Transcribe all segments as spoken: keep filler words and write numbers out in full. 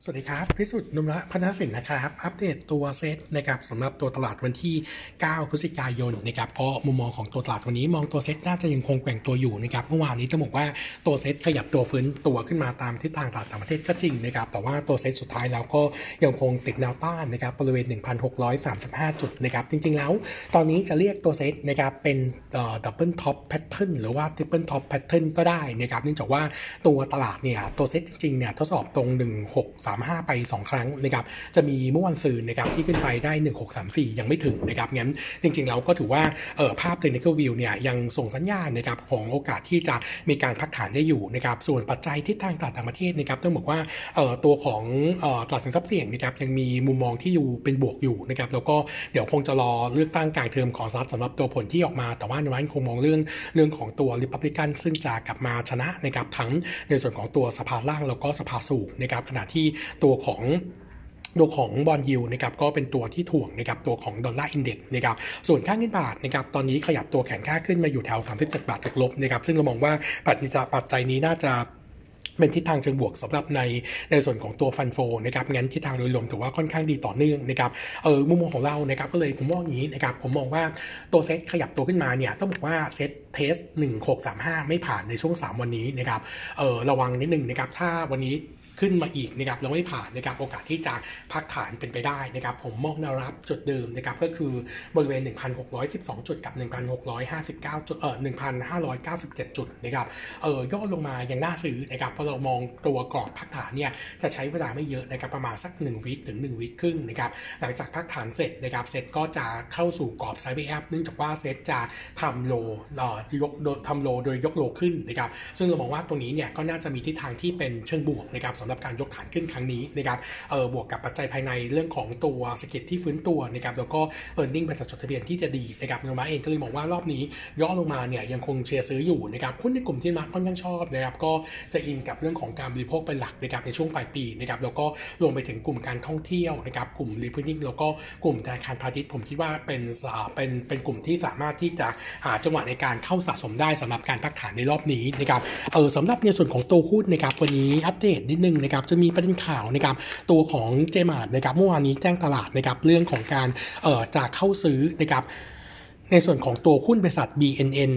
สวัสดีครับพิสุทธิ์นุมะพัฒนสินนะครับอัปเดตตัวเซตนะครับสำหรับตัวตลาดวันที่เก้าพฤศจิกายนนะครับก็มุมมองของตัวตลาดวันนี้มองตัวเซตน่าจะยังคงแกว่งตัวอยู่นะครับเมื่อวานนี้ต้องบอกว่าตัวเซตขยับตัวฟื้นตัวขึ้นมาตามทิศทางตลาดต่างประเทศก็จริงนะครับแต่ว่าตัวเซตสุดท้ายแล้วก็ยังคงติดแนวต้านนะครับบริเวณ หนึ่งพันหกร้อยสามสิบห้า จุดนะครับจริงๆแล้วตอนนี้จะเรียกตัวเซตนะครับเป็นดับเบิลท็อปแพทเทิร์นหรือว่าทริปเปิลท็อปแพทเทิร์นก็ได้นะครับเนื่องจากว่าตัวตลาดเนี่ยตัวเซตจริงๆเนี่ยทดสอบตรงหนึ่งหกสามห้าไปสองครั้งนะครับจะมีเมื่อวันซืนนะครับที่ขึ้นไปได้หนึ่งหกสามสี่ยังไม่ถึงนะครับงั้นจริงๆเราก็ถือว่าเอ่อภาพ Technical View เนี่ยยังส่งสัญญาณนะครับของโอกาสที่จะมีการพักฐานได้อยู่นะครับส่วนปัจจัยทิศทางตลาดต่างประเทศนะครับต้องบอกว่าเอ่อตัวของเอ่อตลาดสินทรัพย์เสี่ยงนะครับยังมีมุมมองที่อยู่เป็นบวกอยู่นะครับแล้วก็เดี๋ยวคงจะรอเลือกตั้งกลางเทอมของสหรัฐสำหรับตัวผลที่ออกมาแต่ว่าในวันคงมองเรื่องเรื่องของตัว Republican ซึ่งจะกลับมาชนะนะครับทั้งในส่วนของตัวสภาล่างแล้วก็สภาสูงนะครับขณะที่ตัวของตัวของบอนด์ยิลด์นะครับก็เป็นตัวที่ถ่วงนะครับตัวของดอลลาร์อินเด็กซ์นะครับส่วนค่าเงินบาทนะครับตอนนี้ขยับตัวแข็งค่าขึ้นมาอยู่แถวสามสิบเจ็ดบาทติดลบนะครับซึ่งเรามองว่าปัจจัยนี้น่าจะเป็นทิศทางเชิงบวกสำหรับในในส่วนของตัวฟันโฟนะครับงั้นทิศทางโดยรวมถือว่าค่อนข้างดีต่อเนื่องนะครับเออมุมมองของเรานะครับก็เลยผมมองอย่างนี้นะครับผมมองว่าตัวเซ็ตขยับตัวขึ้นมาเนี่ยต้องบอกว่าเซ็ตเทสหนึ่งหกสามห้าไม่ผ่านในช่วงสามวันนี้นะครับเออระวังนิดนึงนะครับถ้าวันนี้ขึ้นมาอีกนะครับแล้วไม่ผ่านนะครับโอกาสที่จะพักฐานเป็นไปได้นะครับผมมองแนวรับจุดเดิมนะครับก็คือบริเวณ หนึ่งพันหกร้อยสิบสอง จุดกับ หนึ่งพันหกร้อยห้าสิบเก้า จุดเอ่อ หนึ่งพันห้าร้อยเก้าสิบเจ็ด จุดนะครับเออย่อลงมายังน่าซื้อนะครับเพราะเรามองตัวกรอบพักฐานเนี่ยจะใช้เวลาไม่เยอะนะครับประมาณสักหนึ่งวีคถึงหนึ่งวีคครึ่งนะครับหลังจากพักฐานเสร็จนะครับเซตก็จะเข้าสู่กรอบไซด์เวย์อัพเนื่องจากว่าเซตจะทำโลเอ่อยกทำโลโดยยกโลขึ้นนะครับซึ่งเรามองว่าตัวนี้เนี่ยก็น่าจะมีทิศทางที่เป็นเชิงบวกนะครับสำหรับการยกฐานขึ้นครั้งนี้นะครับเออบวกกับปัจจัยภายในเรื่องของตัวเศรษฐกิจที่ฟื้นตัวนะครับแล้วก็ earning บริษัทจดทะเบียนที่จะดีนะครับโนมาเองก็เลยมองว่ารอบนี้ย่อลงมาเนี่ยยังคงเชียร์ซื้ออยู่นะครับหุ้นในกลุ่มที่มาค่อนข้างชอบนะครับก็จะอิงกับเรื่องของการบริโภคเป็นหลักนะครับในช่วงปลายปีนะครับแล้วก็รวมไปถึงกลุ่มการท่องเที่ยวนะครับกลุ่ม refining แล้วก็กลุ่มธนาคารพาณิชย์ผมคิดว่าเป็นเป็นเป็นกลุ่มที่สามารถที่จะหาจังหวะในการเข้าสะสมได้สำหรับการพักฐานในรอบนี้นะครับเออสำหรับในส่วนของตัวหุ้นนะครับวันนี้อัปเดตนิดนึงนะครับจะมีประเด็นข่าวนะครับตัวของเจมาร์ทนะครับเมื่อวานนี้แจ้งตลาดนะครับเรื่องของการเอ่อจะเข้าซื้อนะครับในส่วนของตัวหุ้นบริษัท บี เอ็น เอ็น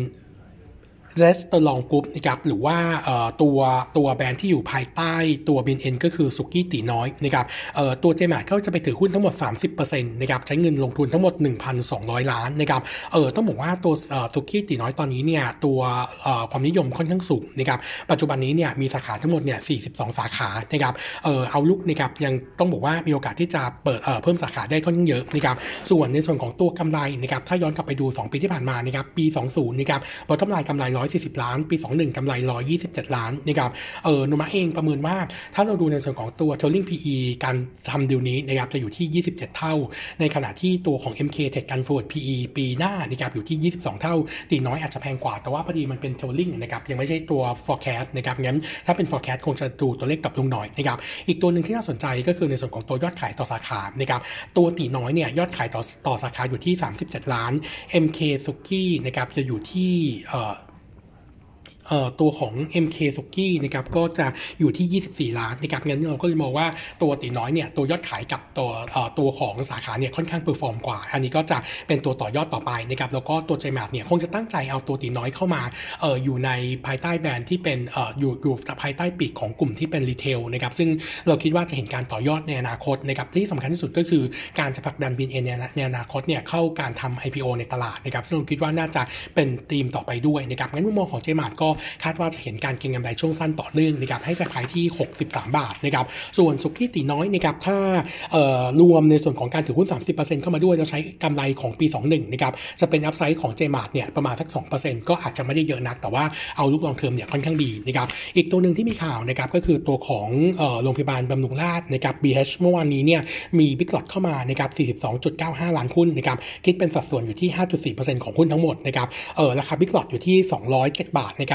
Restaurant Group นะครับหรือว่าตัวตัวแบรนด์ที่อยู่ภายใต้ตัว บี เอ็น เอ็น ก็คือสุกี้ตีน้อยนะครับตัวเจมาร์ทเขาจะไปถือหุ้นทั้งหมด สามสิบเปอร์เซ็นต์ นะครับใช้เงินลงทุนทั้งหมด หนึ่งพันสองร้อย ล้านนะครับเออต้องบอกว่าตัวสุกี้ตีน้อยตอนนี้เนี่ยตัวความนิยมค่อนข้างสูงนะครับปัจจุบันนี้เนี่ยมีสาขาทั้งหมดเนี่ยสี่สิบสองสาขานะครับเออเอาลุกนะครับยังต้องบอกว่ามีโอกาสที่จะเปิดเอ่อเพิ่มสาขาได้ค่อนข้างเยอะนะครับส่วนในส่วนของตัวกำไรนะครับถ้าย้อนกลับไปดูสองปีที่ผ่านมานะครับปีสองสิบนะครับบอททอมไลน์กำไรหนึ่งร้อยสี่สิบล้านปีสองสิบเอ็ดกำไรหนึ่งร้อยยี่สิบเจ็ดล้านนะครับเออนุมะเองประเมินว่าถ้าเราดูในส่วนของตัว trailing พี อี การทำดีลนี้นะครับจะอยู่ที่ยี่สิบเจ็ดเท่าในขณะที่ตัวของ เอ็ม เค Tech กัน Forward พี อี ปีหน้านะครับอยู่ที่ยี่สิบสองเท่าตีน้อยอาจจะแพงกว่าแต่ว่าพอดีมันเป็น trailing นะครับยังไม่ใช่ตัว forecast นะครับงั้นถ้าเป็น forecast คงจะดูตัวเลขดรอปลงหน่อยนะครับอีกตัวหนึ่งที่น่าสนใจก็คือในส่วนของตัวยอดขายต่อสาขานะครับตัวตีน้อยเนี่ยยอดขายต่อต่อสาขาอยู่ที่สามสิบเจ็ดล้าน เอ็ม เค Suki นะครับจะอยู่ที่เอ่อเอ่อตัวของ เอ็ม เค Suki นะครับก็จะอยู่ที่ยี่สิบสี่ล้านนะครับงั้นเราก็เลยมองว่าตัวตีน้อยเนี่ยตัวยอดขายกับตัวเอ่อตัวของสาขาเนี่ยค่อนข้างเพอร์ฟอร์มกว่าอันนี้ก็จะเป็นตัวต่อยอดต่อไปนะครับแล้วก็ตัวเจมาร์ทเนี่ยคงจะตั้งใจเอาตัวตีน้อยเข้ามาเอ่ออยู่ในภายใต้แบรนด์ที่เป็นเอ่ออยู่อยู่ภายใต้ปีกของกลุ่มที่เป็นรีเทลนะครับซึ่งเราคิดว่าจะเห็นการต่อยอดในอนาคตนะครับที่สำคัญที่สุดก็คือการจะผลักดัน บี เอ็น เอ็น ในอนาคตเนี่ยเข้าการทำ ไอ พี โอ ในตลาดนะครับซึ่งเราคิดว่าน่าจะเป็นธีมต่อไปด้วยนะครับงั้นมุมมองของเจมาร์ทก็คาดว่าจะเห็นการเก็งกำไรช่วงสั้นต่อเนื่องนะครับให้ราคาที่หกสิบสามบาทนะครับส่วนสุกี้ตีน้อยนะครับถ้าเอ่อรวมในส่วนของการถือหุ้น สามสิบเปอร์เซ็นต์ เข้ามาด้วยแล้วใช้กำไรของปีสองสิบเอ็ดนะครับจะเป็นอัพไซด์ของเจมาร์ทเนี่ยประมาณสัก สองเปอร์เซ็นต์ ก็อาจจะไม่ได้เยอะนักแต่ว่าเอาลุกลองเทอมเนี่ยค่อนข้างดีนะครับอีกตัวนึงที่มีข่าวนะครับก็คือตัวของเอ่อโรงพยาบาลบำรุงราษฎร์นะครับ บี เอช เมื่อวานนี้เนี่ยมีบิ๊กล็อตเข้ามานะครับ สี่สิบสองจุดเก้าห้า ล้านหุ้นนะครับคิดเป็นสัดส่วนอยู่ที่ ห้าจุดสี่เปอร์เซ็นต์ ของหุ้นทั้งหมดนะครับเอ่อราคาบิ๊กล็อตอยู่ที่สองร้อยเจ็ดบาทนะครับ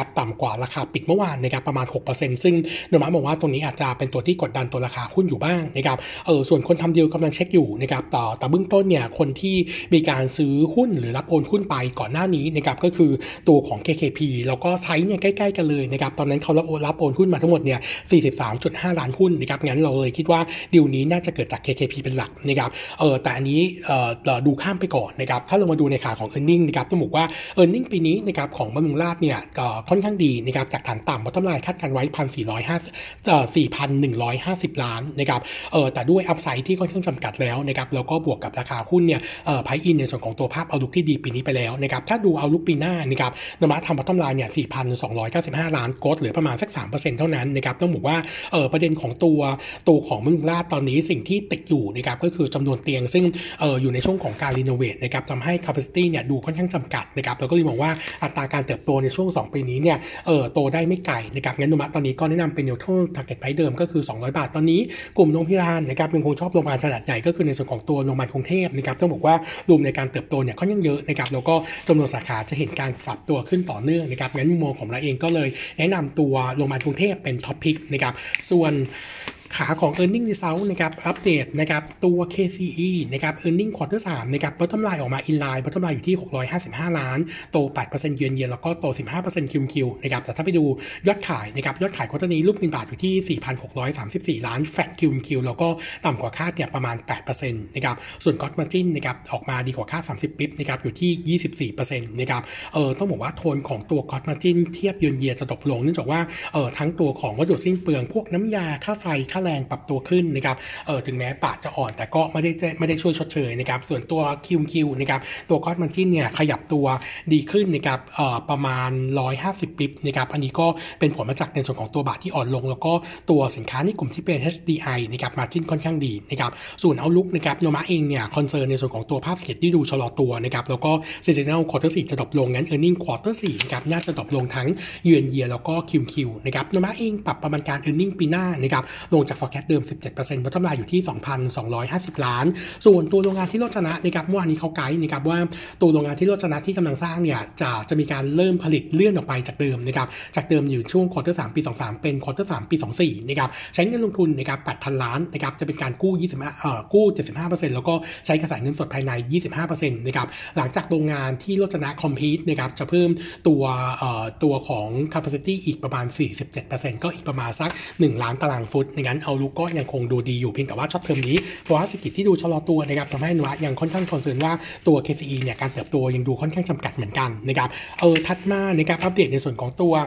ต่ำกว่าราคาปิดเมื่อวานนะครับประมาณ หกเปอร์เซ็นต์ ซึ่งโนมะมองว่าตรงนี้อาจจะเป็นตัวที่กดดันตัวราคาหุ้นอยู่บ้างนะครับเออส่วนคนทำดีลกำลังเช็คอยู่นะครับต่อแต่เบื้องต้นเนี่ยคนที่มีการซื้อหุ้นหรือรับโอนหุ้นไปก่อนหน้านี้นะครับก็คือตัวของ เค เค พี แล้วก็ไซส์เนี่ยใกล้ๆกันเลยนะครับตอนนั้นเขารับรับโอนหุ้นมาทั้งหมดเนี่ย สี่สิบสามจุดห้า ล้านหุ้นนะครับงั้นเราเลยคิดว่าดีลนี้น่าจะเกิดจาก เค เค พี เป็นหลักนะครับเออแต่อันนี้เอ่อดูข้ามไปก่อนนะครับถ้าเรามาดูในขาของ earning นะครับต้องบอกว่า earning ปีนี้นะครับของบำรุงราษฎร์เนี่ยก็ค่อนข้างดีนะครับจากฐานต่ำ bottom line คาดการไว้ หนึ่งพันสี่ร้อยห้าสิบ เอ่อ สี่พันหนึ่งร้อยห้าสิบ ล้านนะครับเออแต่ด้วย upside ที่ค่อนข้างจำกัดแล้วนะครับแล้วก็บวกกับราคาหุ้นเนี่ยเอ่อ price in ในส่วนของตัวภาพ outlook ที่ดีปีนี้ไปแล้วนะครับถ้าดู outlook ปีหน้านะครับนมะทำ bottom line เนี่ย สี่พันสองร้อยเก้าสิบห้า ล้านโกลด์เหลือประมาณสัก สามเปอร์เซ็นต์ เท่านั้นนะครับต้องบอกว่าเออประเด็นของตัวตัวของบำรุงราษฎร์ตอนนี้สิ่งที่ติดอยู่นะครับก็คือจำนวนเตียงซึ่งเอออยู่ในช่วงของการรีโนเวทนะครับทำให้ capacity เนี่ยดูค่อนข้างจำกัดนะครับเราก็เลยมองว่าอัตราการเติบโตในช่วงสองปีนี้เนี่ยเออโตได้ไม่ไกลนะครับงั้นนมะตอนนี้ก็แนะนำเป็น neutral target price เดิมก็คือสองร้อยบาทตอนนี้กลุ่มโรงพยาบาลนะครับยังคงชอบโรงพยาบาลขนาดใหญ่ก็คือในส่วนของตัวโรงพยาบาลกรุงเทพนะครับต้องบอกว่ารูมในการเติบโตเนี่ยค่อนข้างเยอะนะครับแล้วก็จำนวนสาขาจะเห็นการปรับตัวขึ้นต่อเนื่องนะครับงั้นมุมมองของเราเองก็เลยแนะนำตัวโรงพยาบาลกรุงเทพเป็นท็อปพิกนะครับส่วนขาของ earning result นะครับอัปเดตนะครับตัว เค ซี อี นะครับ earning quarter สามนะครับ bottom line ออกมา in line bottom line อยู่ที่หกร้อยห้าสิบห้าล้านโต แปดเปอร์เซ็นต์ เยือนเยียแล้วก็โต สิบห้าเปอร์เซ็นต์ คิว คิว นะครับแต่ถ้าไปดูยอดขายนะครับยอดขาย quarter นี้รูปเงินบาทอยู่ที่ สี่พันหกร้อยสามสิบสี่ ล้าน flat คิว คิว แล้วก็ต่ำกว่าคาดเนี่ยประมาณ แปดเปอร์เซ็นต์ นะครับส่วน gross margin นะครับออกมาดีกว่าคาดสามสิบปิ๊บนะครับอยู่ที่ ยี่สิบสี่เปอร์เซ็นต์ นะครับเออต้องบอกว่าโทนของตัว gross margin เทียบเยือนเยียจะตกลงเนื่องจากว่าเออทั้งตัวของวัตถุสิ้นเปลืองพวกน้ำยาค่าไฟค่าแรงปรับตัวขึ้นนะครับเออถึงแม้บาทจะอ่อนแต่ก็ไม่ได้ไม่ได้ช่วยชดเชยนะครับส่วนตัว คิว คิว นะครับตัว gross margin เนี่ยขยับตัวดีขึ้นนะครับเอ่อประมาณหนึ่งร้อยห้าสิบปิ๊บนะครับอันนี้ก็เป็นผลมาจากในส่วนของตัวบาทที่อ่อนลงแล้วก็ตัวสินค้าในกลุ่มที่เป็น เอช ดี ไอ นะครับ margin ค่อนข้างดีนะครับส่วน outlook นะครับโนมะเองเนี่ยคอนเซิร์นในส่วนของตัวภาพเศรษฐกิจที่ดูชะลอตัวนะครับแล้วก็ seasonal quarter สี่จะดรอปลงงั้น earning quarter สี่นะครับน่าจะดรอปลงทั้ง year on year แล้วก็ คิว คิว นะครับโนมะเองปรับประมาณการ earning ปีหน้านะครับลงจาก forecast เดิม สิบเจ็ดเปอร์เซ็นต์ bottom line อยู่ที่ สองพันสองร้อยห้าสิบ ล้านส่วนตัวโรงงานที่โรจนะนะครับเมื่อวานนี้เขาไกด์นะครับว่าตัวโรงงานที่โรจนะที่กำลังสร้างเนี่ยจะจะมีการเริ่มผลิตเลื่อนออกไปจากเดิมนะครับจากเดิมอยู่ช่วง quarter สามปีสองสิบสามเป็น quarter สามปีสองสิบสี่นะครับใช้เงินลงทุนนะครับ แปดพัน ล้านนะครับจะเป็นการกู้ยี่สิบห้าเอ่อกู้ เจ็ดสิบห้าเปอร์เซ็นต์ แล้วก็ใช้กระแสเงินสดภายใน ยี่สิบห้าเปอร์เซ็นต์ นะครับหลังจากโรงงานที่โรจนะ complete นะครับจะเพิ่มตัวเอ่อตัวของ capacity อีกประมาณ สี่สิบเจ็ดเปอร์เซ็นต์ ก็อีกประมาณสักหนึ่งล้านตารางฟุตในงั้นเอาลุกก็ยังคงดูดีอยู่เพียงแต่ว่าช็อตเทอมนี้เพราะว่าเศรษฐกิจที่ดูชะลอตัวนะครับทำให้นวะยังค่อนข้างคอนเซิร์นว่าตัว เค ซี อี เนี่ยการเติบโตยังดูค่อนข้างจำกัดเหมือนกันนะครับเออถัดมานะครับอัปเดตในส่วนของตัว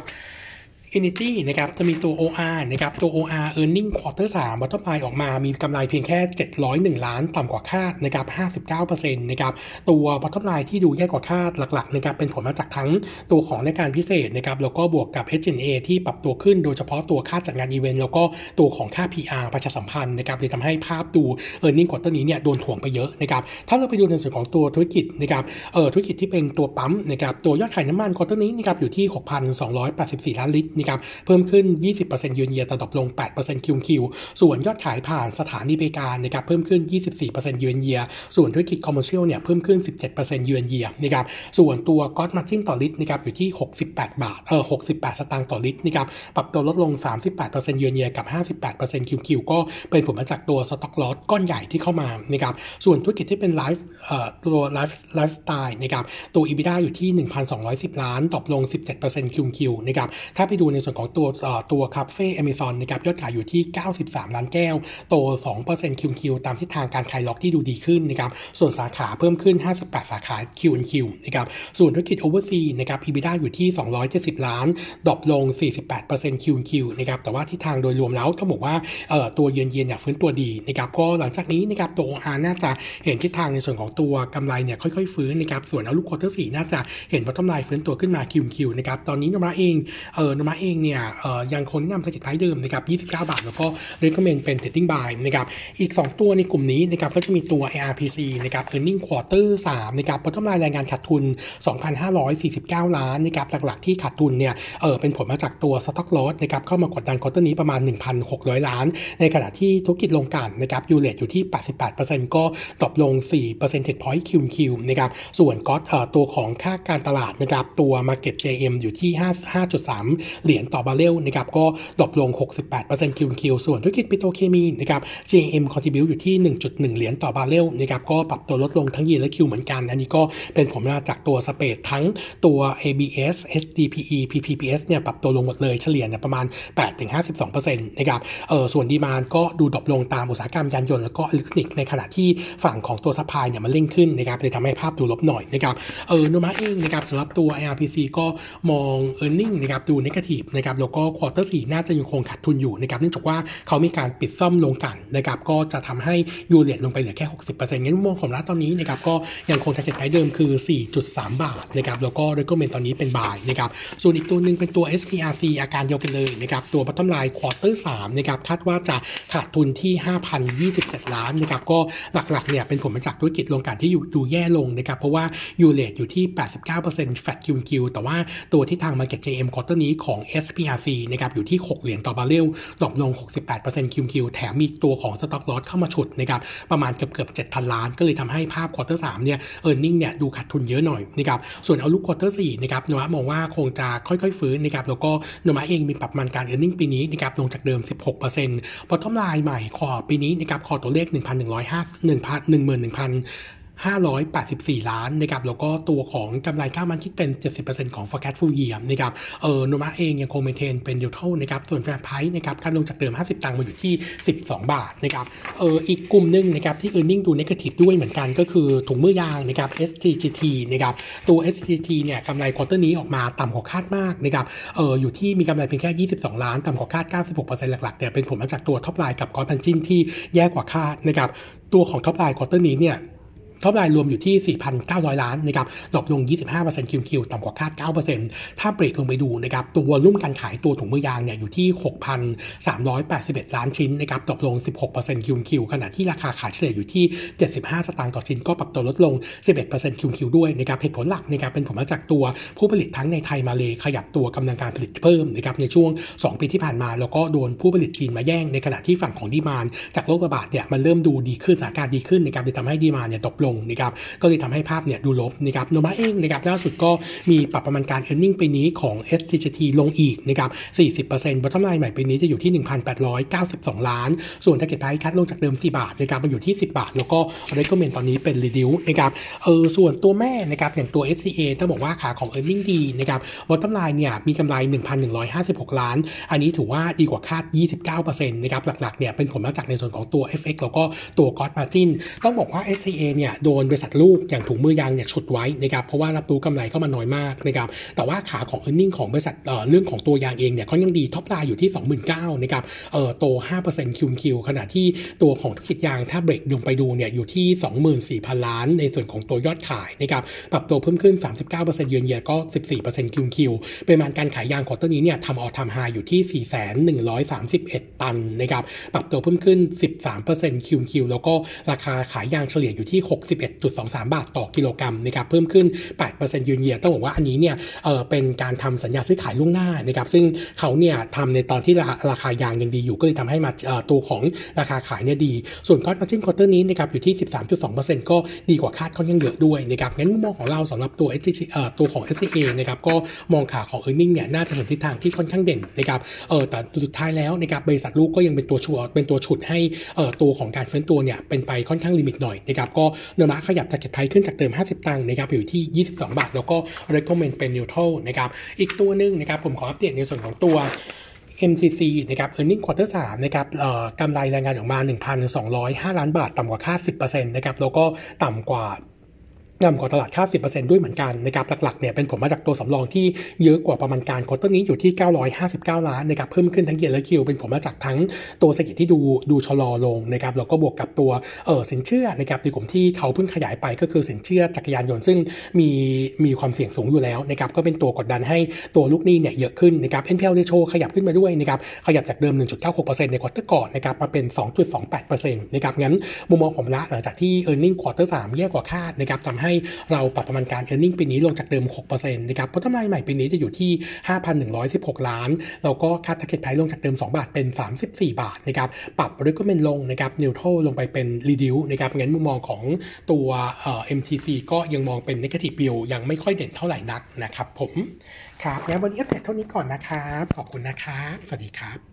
Energy นะครับจะมีตัว โอ อาร์ นะครับตัว โอ อาร์ earning quarter สาม bottom line ออกมามีกำไรเพียงแค่เจ็ดร้อยเอ็ดล้านต่ำกว่าคาดนะครับ ห้าสิบเก้าเปอร์เซ็นต์ นะครับตัว bottom line ที่ดูแย่กว่าคาดหลักๆนะครับเป็นผลมาจากทั้งตัวของรายการพิเศษนะครับแล้วก็บวกกับ เอช เอ็น เอ ที่ปรับตัวขึ้นโดยเฉพาะตัวค่าจัดงานอีเวนต์แล้วก็ตัวของค่า พี อาร์ ประชาสัมพันธ์นะครับเลยทำให้ภาพดู earning quarter นี้เนี่ยโดนถ่วงไปเยอะนะครับถ้าเราไปดูในส่วนของตัวธุรกิจนะครับเอ่อธุรกิจที่เป็นตัวปั๊มนะครับตัวยอดขายน้ำมัน quarter นี้นะครับอยู่ที่ หกพันสองร้อยแปดสิบสี่ ล้านลิตรนะครับเพิ่มขึ้นยี่สิบเปอร์เซ็นต์ year on year แต่ดรอปลง แปดเปอร์เซ็นต์ คิว คิว ส่วนยอดขายผ่านสถานีบริการนะครับเพิ่มขึ้น ยี่สิบสี่เปอร์เซ็นต์ year on year ส่วนธุรกิจ commercial เนี่ยเพิ่มขึ้น สิบเจ็ดเปอร์เซ็นต์ year on year นะครับส่วนตัว gross margin ต่อลิตรนะครับอยู่ที่หกสิบแปดบาทเอ่อหกสิบแปดสตางค์ต่อลิตรนะครับปรับตัวลดลง สามสิบแปดเปอร์เซ็นต์ year on year กับ ห้าสิบแปดเปอร์เซ็นต์ คิว คิว ก็เป็นผลมาจากตัว stock loss ก้อนใหญ่ที่เข้ามานะครับส่วนธุรกิจที่เป็น life เอ่อตัว life lifestyle นะครับตัว EBITDA อยู่ที่ หนึ่งพันสองร้อยสิบ ล้านดรอปลง สิบเจ็ดเปอร์เซ็นต์ คิว คิว นะครับถ้าไปดูในส่วนของตัวเอ่อตัวคาเฟ่ Amazon นะครับยอดขายอยู่ที่เก้าสิบสามล้านแก้วโต สองเปอร์เซ็นต์ คิว คิว ตามทิศทางการคลายล็อกที่ดูดีขึ้นนะครับส่วนสาขาเพิ่มขึ้นห้าสิบแปดสาขา คิว คิว นะครับส่วนธุรกิจ Overseas นะครับ EBITDA อยู่ที่สองร้อยเจ็ดสิบล้านดรอปลง สี่สิบแปดเปอร์เซ็นต์ คิว คิว นะครับแต่ว่าทิศทางโดยรวมแล้วต้องบอกว่าเอ่อตัวเยือนเยียนเนี่ยฟื้นตัวดีนะครับก็หลังจากนี้นะครับตัว โอ อาร์ น่าจะเห็นทิศทางในส่วนของตัวกำไรเนี่ยค่อยๆฟื้นนะครับส่วนเอาลุกควอเตอร์สี่น่าจะเห็น bottom line ฟื้นตัวขึ้นมา คิว คิว นะครับตอนนี้นมะเองเอ่อนมะเเองเนี่ยเอ่อยังคงแนะนำ target price เดิมนะครับยี่สิบเก้าบาทแล้วก็ recommend เป็น trading buy นะครับอีกสองตัวในกลุ่มนี้นะครับก็จะมีตัว เอ อาร์ พี ซี นะครับ earning quarter สามนะครับ bottom line รายงานขาดทุน สองพันห้าร้อยสี่สิบเก้า ล้านนะครับหลักๆที่ขาดทุนเนี่ยเออเป็นผลมาจากตัว stock loss นะครับเข้ามากดดัน quarter นี้ประมาณ หนึ่งพันหกร้อย ล้านในขณะที่ธุรกิจโรงกลั่นนะครับยูเรทอยู่ที่ แปดสิบแปดเปอร์เซ็นต์ ก็ดรอปลงสี่ percentage point คิว คิว นะครับส่วนก็เอ่อตัวของค่าการตลาดนะครับตัว market เจ เอ็ม อยู่ที่ ห้าจุดสาม เหรียญต่อบาร์เรลนะครับก็ดรอปลง หกสิบแปดเปอร์เซ็นต์ คิว คิว ส่วนธุรกิจปิโตรเคมีนะครับ เจ เอ็ม contribute อยู่ที่ หนึ่งจุดหนึ่ง เหรียญต่อบาร์เรลนะครับก็ปรับตัวลดลงทั้ง ยี และ คิว เหมือนกันอันนี้ก็เป็นผลมาจากตัวสเปรดทั้งตัว เอ บี เอส เอส ดี พี อี พี พี พี เอส เนี่ยปรับตัวลงหมดเลยเฉลี่ยเนี่ยประมาณ แปดถึงห้าสิบสองเปอร์เซ็นต์ นะครับเออส่วนดีมานด์ก็ดูดรอปลงตามอุตสาหกรรมยานยนต์แล้วก็อิเล็กทรอนิกส์ในขณะที่ฝั่งของตัวซัพพลายเนี่ยมันเร่งขึ้นนะครับเลยทำให้ภาพดูลบหน่อยนะครับเออโนมาเองนะครับสำหรับตัว ไอ อาร์ พี ซี ก็มอง earning นะครับดู negative นะครับแล้วก็ quarter สี่น่าจะยังคงขาดทุนอยู่นะครับเนื่องจากว่าเขามีการปิดซ่อมโรงกลั่นนะครับก็จะทำให้ยูเรทลงไปเหลือแค่ หกสิบเปอร์เซ็นต์ งั้นมุมมองของร้านตอนนี้นะครับก็ยังคง target price เดิมคือ สี่จุดสาม บาทนะครับแล้วก็ recommend ตอนนี้เป็น buy นะครับส่วนอีกตัวนึงเป็นตัว เอส พี อาร์ ซี อาการเดียวกันเลยนะครับตัว bottom line quarter สามนะครับคาดว่าจะขาดทุนที่ ห้าพันยี่สิบเจ็ด ล้านนะครับก็หลักๆเนี่ยเป็นผลมาจากธุรกิจโรงกลั่นที่อยู่ดูแย่ลงนะครับเพราะว่ายูเรทอยู่ที่ แปดสิบเก้าเปอร์เซ็นต์ fat คิว คิว แต่ว่าตัวที่ทาง market เจ เอ็ม quarter นี้ของ เอส พี อาร์ ซี นะครับอยู่ที่หกเหรียญต่อบาร์เรลดรอปลง หกสิบแปดเปอร์เซ็นต์ คิว คิว แถมมีตัวของ stock loss เข้ามาฉุดนะครับประมาณเกือบๆ เจ็ดพัน ล้านก็เลยทำให้ภาพ quarter สามเนี่ย earning เนี่ยดูขาดทุนเยอะหน่อยนะครับส่วนเอาลุก quarter สี่นะครับโนมะมองว่าคงจะค่อยๆฟื้นนะครับแล้วก็โนมะเองมีปรับประมาณการ earning ปีนี้นะครับลงจากเดิม สิบหกเปอร์เซ็นต์ bottom line ใหม่ขอปีนี้นะครับขอตัวเลข หนึ่งพันหนึ่งร้อยห้า หนึ่งพัน หนึ่งหมื่นหนึ่งพันห้าร้อยแปดสิบสี่ ล้านนะครับแล้วก็ตัวของกำไรค่ามันคิดเป็น เจ็ดสิบเปอร์เซ็นต์ ของ forecast full year นะครับเออโนมะเองยังคง maintain เป็น neutral นะครับส่วน fair price นะครับคาดลงจากเดิมห้าสิบตังค์มาอยู่ที่สิบสองบาทนะครับเอออีกกลุ่มนึงนะครับที่ earning ดู negative ด้วยเหมือนกันก็คือถุงมือยางนะครับ เอส ที จี ที นะครับตัว เอส ที จี ที เนี่ยกำไร quarter นี้ออกมาต่ำกว่าคาดมากนะครับเอออยู่ที่มีกำไรเพียงแค่ยี่สิบสองล้านต่ำกว่าคาด เก้าสิบหกเปอร์เซ็นต์ หลักๆเนี่ยเป็นผลมาจากตัว top line กับ cost margin ที่แย่กว่าคาดนะครับตัวของ top line quarter นี้เนี่ยท็อปไลน์รวมอยู่ที่ สี่พันเก้าร้อย ล้านนะครับดรอปลง ยี่สิบห้าเปอร์เซ็นต์ คิว คิว ต่ำกว่าคาด เก้าเปอร์เซ็นต์ ถ้าเบรกลงไปดูนะครับตัววอลุ่มการขายตัวถุงมือยางเนี่ยอยู่ที่ หกพันสามร้อยแปดสิบเอ็ด ล้านชิ้นนะครับดรอปลง สิบหกเปอร์เซ็นต์ คิว คิว ขณะที่ราคาขายเฉลี่ยอยู่ที่เจ็ดสิบห้าสตางค์ต่อชิ้นก็ปรับตัวลดลง สิบเอ็ดเปอร์เซ็นต์ คิว คิว ด้วยนะครับเหตุผลหลักนะครับเป็นผลมาจากตัวผู้ผลิตทั้งในไทยมาเลขยับตัวกำลังการผลิตเพิ่มนะครับในช่วงสองปีที่ผ่านมาแล้วก็โดนผู้ผลิตจีนมาแย่งในขณะที่ฝั่งของดีมานด์จากโรคระบาดเนี่ยมันเริ่มดูดีขึ้นสถานการณ์ดีขึ้นนะครับเลยทำให้ดีมานด์เนี่ยตกลงนะครับก็เลยทำให้ภาพเนี่ยดูลบนะครับโนมะเองนะครับล่าสุดก็มีปรับประมาณการ earning ปีนี้ของ เอส ที จี ที ลงอีกนะครับ สี่สิบเปอร์เซ็นต์ bottom line ใหม่ปีนี้จะอยู่ที่ หนึ่งพันแปดร้อยเก้าสิบสอง ล้านส่วน target price คัดลงจากเดิมสี่บาทนะครับมาอยู่ที่สิบบาทแล้วก็ recommend ตอนนี้เป็น reduce นะครับเออส่วนตัวแม่นะครับอย่างตัว เอส ซี เอ ต้องบอกว่าขาของ earning ดีนะครับ bottom line เนี่ยมีกำไร หนึ่งพันหนึ่งร้อยห้าสิบหก ล้านอันนี้ถือว่าดีกว่าคาด ยี่สิบเก้าเปอร์เซ็นต์ นะครับหลักๆเนี่ยเป็นผลมาจากในส่วนของตัว เอฟ เอ็กซ์ แล้วก็ตัว cost margin ต้องบอกว่า เอส ซี เอ เนี่ยโดนบริษัทลูกอย่างถุงมือยางเนี่ยฉุดไว้นะครับเพราะว่ารับรู้กำไรเข้ามาน้อยมากนะครับแต่ว่าขาของ earning ของบริษัท เอ่อ เรื่องของตัวยางเองเนี่ยก็ยังดีท็อปไลน์อยู่ที่ สองหมื่นเก้าพัน นะครับเอ่อโต ห้าเปอร์เซ็นต์ คิว คิว ขณะที่ตัวของธุรกิจยางถ้าเบรกลงไปดูเนี่ยอยู่ที่ สองหมื่นสี่พัน ล้านในส่วนของตัวยอดขายนะครับปรับตัวเพิ่มขึ้น สามสิบเก้าเปอร์เซ็นต์ เยือนเยียก็ สิบสี่เปอร์เซ็นต์ คิว คิว ปริมาณการขายยางควอเตอร์นี้เนี่ยทำออลไทม์ไฮอยู่ที่ สี่แสนหนึ่งร้อยสามสิบเอ็ด ตันนะครับปรับตัวเพิ่มขึ้น สิบสามเปอร์เซ็นต์ คิว คิว แล้วก็ราคาขายยางเฉลี่ยอยู่ที่ หกสิบเอ็ดจุดสองสาม บาทต่อกิโลกรัมนะครับเพิ่มขึ้น แปดเปอร์เซ็นต์ เยือนเยียต้องบอกว่าอันนี้เนี่ยเอ่อเป็นการทำสัญญาซื้อขายล่วงหน้านะครับซึ่งเขาเนี่ยทำในตอนที่ราคายางยังดีอยู่ก็เลยทำให้มาตัวของราคาขายเนี่ยดีส่วนคอสต์มาร์จิ้นควอเตอร์นี้นะครับอยู่ที่ สิบสามจุดสองเปอร์เซ็นต์ ก็ดีกว่าคาดค่อนข้างเยอะด้วยนะครับงั้นมุมมองของเราสำหรับตัว เอส ซี เอ่อตัวของ เอส ซี เอ นะครับก็มองขาของ earning เนี่ยน่าจะเห็นทิศทางที่ค่อนข้างเด่นนะครับเออแต่สุดท้ายแล้วนะครับบริษัทลูกก็ยังเป็นตัวชัวเป็นตัวฉุดให้เอ่อตัวของการเฟ้นตัวเนี่ยเป็นไปค่อนข้างลิมิตหน่อยนะครับก็โนมะขยับ target price ขึ้นจากเดิมห้าสิบตังค์นะครับอยู่ที่ยี่สิบสองบาทแล้วก็ recommend เป็น neutral นะครับอีกตัวนึงนะครับผมขออัปเดตในส่วนของตัว เอ็ม ซี ซี นะครับ earning quarter สามนะครับเอ่อกำไรรายงานออกมา หนึ่งพันสองร้อยห้า ล้านบาทต่ำกว่าคาด สิบเปอร์เซ็นต์ นะครับแล้วก็ต่ำกว่านำกว่าตลาดคาด สิบเปอร์เซ็นต์ ด้วยเหมือนกันนะครับหลักๆเนี่ยเป็นผลมาจากตัวสำรองที่เยอะกว่าประมาณการควอเตอร์นี้อยู่ที่เก้าร้อยห้าสิบเก้าล้านนะครับเพิ่มขึ้นทั้งเยียร์และคิวเป็นผลมาจากทั้งตัวเศรษฐกิจที่ดูดูชะลอลงนะครับแล้วก็บวกกับตัวเอ่อสินเชื่อนะครับในกลุ่มที่เขาเพิ่งขยายไปก็คือสินเชื่อจักรยานยนต์ซึ่งมีมีความเสี่ยงสูงอยู่แล้วนะครับก็เป็นตัวกดดันให้ตัวลูกหนี้เนี่ยเยอะขึ้นนะครับ เอ็น พี แอล ratio ขยับขึ้นมาด้วยนะครับขยับจากเดิม หนึ่งจุดเก้าหกเปอร์เซ็นต์ ในควอเตอร์ก่อนนะครับมาเป็น สองจุดสองแปดเปอร์เซ็นต์ นะครับงั้นมุมมองผมละหลังจากที่ earning quarter สามแย่กว่าคาดนะครับทำให้เราปรับประมาณการ earning ปีนี้ลงจากเดิม หกเปอร์เซ็นต์ นะครับ bottom line ใหม่ปีนี้จะอยู่ที่ ห้าพันหนึ่งร้อยสิบหก ล้านแล้วก็ค่า target price ลงจากเดิมสองบาทเป็นสามสิบสี่บาทนะครับปรับ recommend ลงนะครับ neutral ลงไปเป็น reduce นะครับงั้นมุมมองของตัวเอ่อ เอ็ม ที ซี ก็ยังมองเป็น negative view ยังไม่ค่อยเด่นเท่าไหร่นักนะครับผมครับงั้นวันนี้อัปเดตเท่านี้ก่อนนะครับขอบคุณนะครับสวัสดีครับ